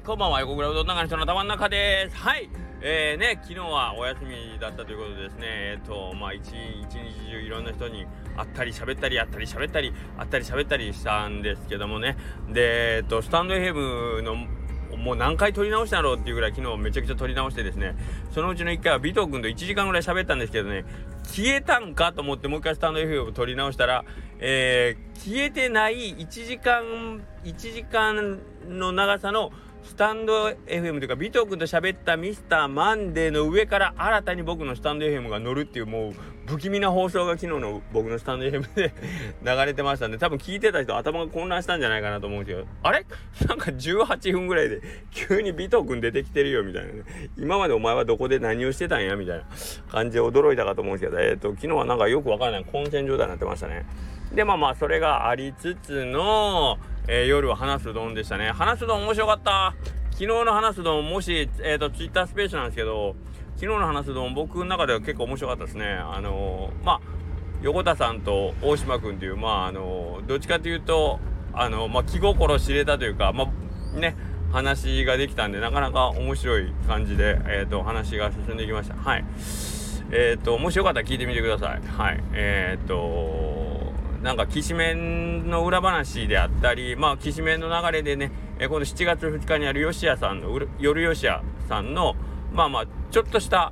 こんばんは。横倉うどん長の人の頭の中です。はい。昨日はお休みだったということでですね、一日中いろんな人に会ったり喋ったり、したんですけどもね。で、スタンド FM のもう何回撮り直したんだろうっていうぐらい昨日めちゃくちゃ撮り直してですね、そのうちの1回は尾藤君と1時間ぐらい喋ったんですけどね、消えたんかと思ってもう一回スタンド FM を撮り直したら、消えてない1時間の長さのスタンド FM というか、尾藤君と喋ったミスターマンデーの上から新たに僕のスタンド FM が乗るっていう、もう不気味な放送が昨日の僕のスタンド FM で流れてましたんで、多分聞いてた人頭が混乱したんじゃないかなと思うんですけど、あれなんか18分ぐらいで急に尾藤君出てきてるよみたいなね、今までお前はどこで何をしてたんやみたいな感じで驚いたかと思うんですけど、昨日はなんかよくわからない混戦状態になってましたね。でそれがありつつの、夜は話すうどんでしたね。話すうどん面白かった。昨日の話すうどん、もしツイッタースペースなんですけど、昨日の話すうどん僕の中では結構面白かったですね。横田さんと大島君というどっちかというと気心知れたというか話ができたんで、なかなか面白い感じで話が進んでいきました。はい。もしよかったら聞いてみてください。はい。なんかきしめんの裏話であったり、きしめんの流れでね、今度7月2日にある吉屋さんの夜吉屋さんのちょっとした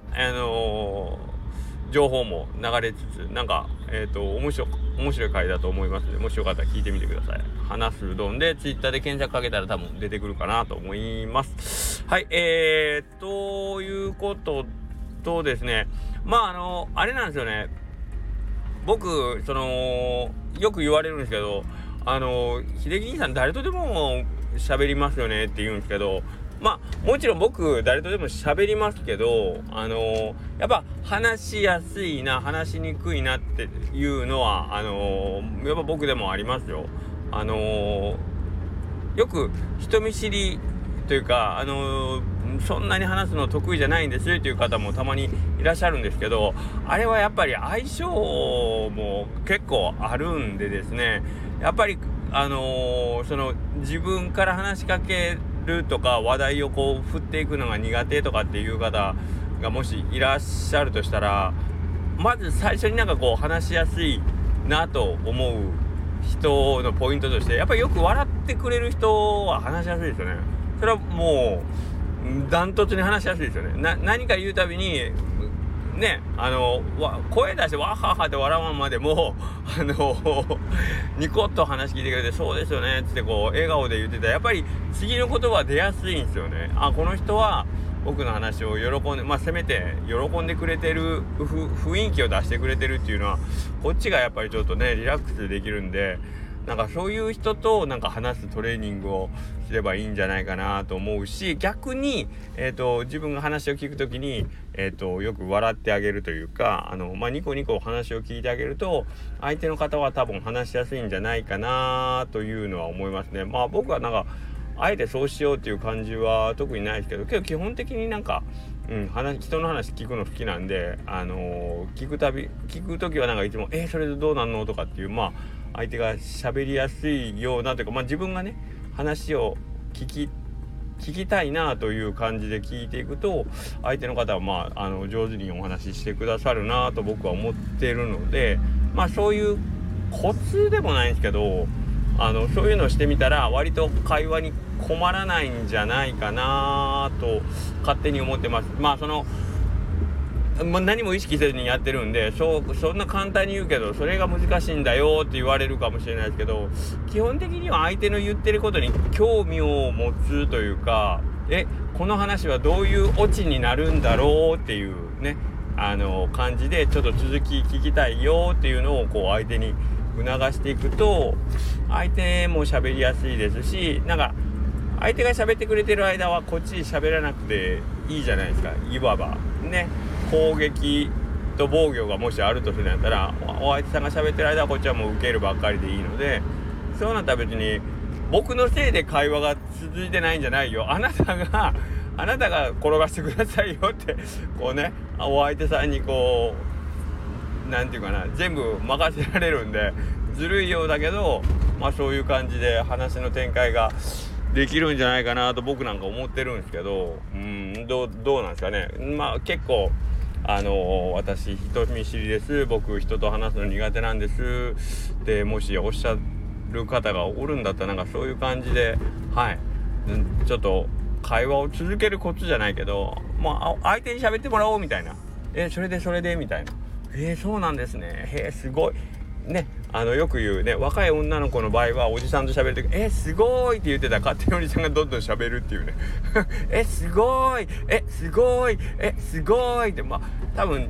情報も流れつつ、面白い回だと思いますので、もしよかったら聞いてみてください。話すうどんでツイッターで検索かけたら多分出てくるかなと思います。はい。ということとですね、あれなんですよね。僕よく言われるんですけど、秀樹兄さん誰とでも喋りますよねって言うんですけど、もちろん僕誰とでも喋りますけど、やっぱ話しやすいな、話しにくいなっていうのはやっぱ僕でもありますよ。よく人見知りというかそんなに話すの得意じゃないんですよという方もたまにいらっしゃるんですけど、あれはやっぱり相性も結構あるんでですね、やっぱり自分から話しかけるとか話題を振っていくのが苦手とかっていう方がもしいらっしゃるとしたら、まず最初に話しやすいなと思う人のポイントとして、やっぱりよく笑ってくれる人は話しやすいですよね。それはもうダントツに話しやすいですよね。何か言うたびにね、声出してわははって笑わんまでもニコッと話聞いてくれて、そうですよねって笑顔で言ってたら、やっぱり次の言葉出やすいんですよね。この人は僕の話を喜んで、せめて喜んでくれてる雰囲気を出してくれてるっていうのは、こっちがやっぱりちょっとねリラックスできるんで、そういう人と話すトレーニングをすればいいんじゃないかなと思うし、逆に、自分が話を聞くときに、よく笑ってあげるというか、ニコニコ話を聞いてあげると、相手の方は多分話しやすいんじゃないかなというのは思いますね。僕はあえてそうしようっていう感じは特にないですけど、基本的に人の話聞くの好きなんで、聞くときはいつもそれでどうなんのとかっていう相手が喋りやすいようなというか、自分がね話を聞きたいなという感じで聞いていくと、相手の方は上手にお話ししてくださるなと僕は思っているので、そういうコツでもないんですけど、そういうのをしてみたら割と会話に困らないんじゃないかなと勝手に思ってます。何も意識せずにやってるんで、そんな簡単に言うけどそれが難しいんだよって言われるかもしれないですけど、基本的には相手の言ってることに興味を持つというか、この話はどういうオチになるんだろうっていうね感じで、ちょっと続き聞きたいよっていうのを相手に促していくと、相手も喋りやすいですし、相手が喋ってくれてる間はこっち喋らなくていいじゃないですか。いわばね、攻撃と防御がもしあるとするんやったら、お相手さんが喋ってる間はこっちはもう受けるばっかりでいいので、そうなったら別に僕のせいで会話が続いてないんじゃないよ、あなたが転がしてくださいよってお相手さんになんていうかな、全部任せられるんでずるいようだけど、そういう感じで話の展開ができるんじゃないかなと僕なんか思ってるんですけど、どうなんですかね。まあ結構私人見知りです、僕人と話すの苦手なんですでもしおっしゃる方がおるんだったらなんかそういう感じでちょっと会話を続けるコツじゃないけど、相手に喋ってもらおうみたいな、それでみたいな、そうなんですね、すごいね、よく言うね、若い女の子の場合はおじさんと喋るときすごいって言ってたら勝手におじさんがどんどん喋るっていうねすごいすごいすごいって、多分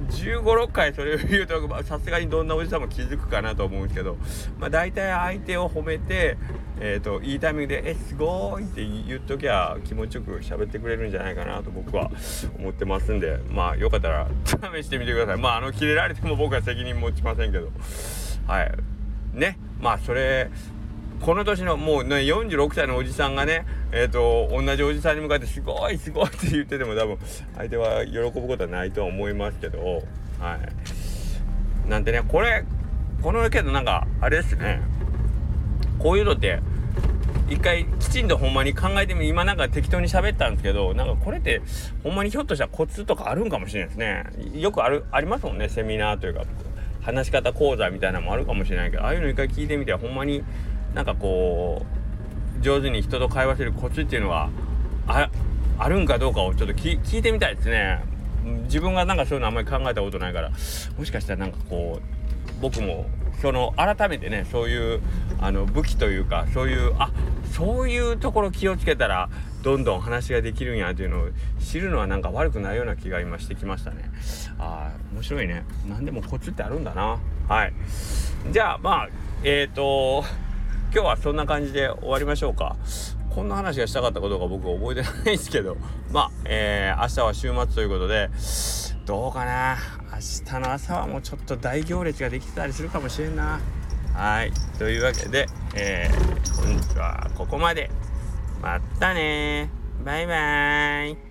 15、6回それを言うとさすがにどんなおじさんも気づくかなと思うんですけど、大体相手を褒めていいタイミングですごいって言っときゃ気持ちよく喋ってくれるんじゃないかなと僕は思ってますんで、よかったら試してみてください。キレられても僕は責任持ちませんけど、ね、それこの年のもうね46歳のおじさんがね同じおじさんに向かってすごいって言ってても多分相手は喜ぶことはないとは思いますけど、なんでねこのけどなんかあれですね、こういうのって一回きちんとほんまに考えてみ、今なんか適当に喋ったんですけど、なんかこれってほんまにひょっとしたらコツとかあるんかもしれないですね。よくありますもんね、セミナーというか話し方講座みたいなのもあるかもしれないけど、ああいうの一回聞いてみてほんまになんかこう上手に人と会話するコツっていうのはあるんかどうかをちょっと聞いてみたいですね。自分がなんかそういうのあんまり考えたことないから、もしかしたらなんかこう僕も改めてねそういう武器というかそういうところ気をつけたらどんどん話ができるんやというのを知るのはなんか悪くないような気が今してきましたね。面白いね。何でもコツってあるんだな。じゃあ今日はそんな感じで終わりましょうか。こんな話がしたかったことが僕は覚えてないですけど、明日は週末ということでどうかな、明日の朝はもうちょっと大行列ができてたりするかもしれんな。というわけで、本日はここまで。またね、バイバイ。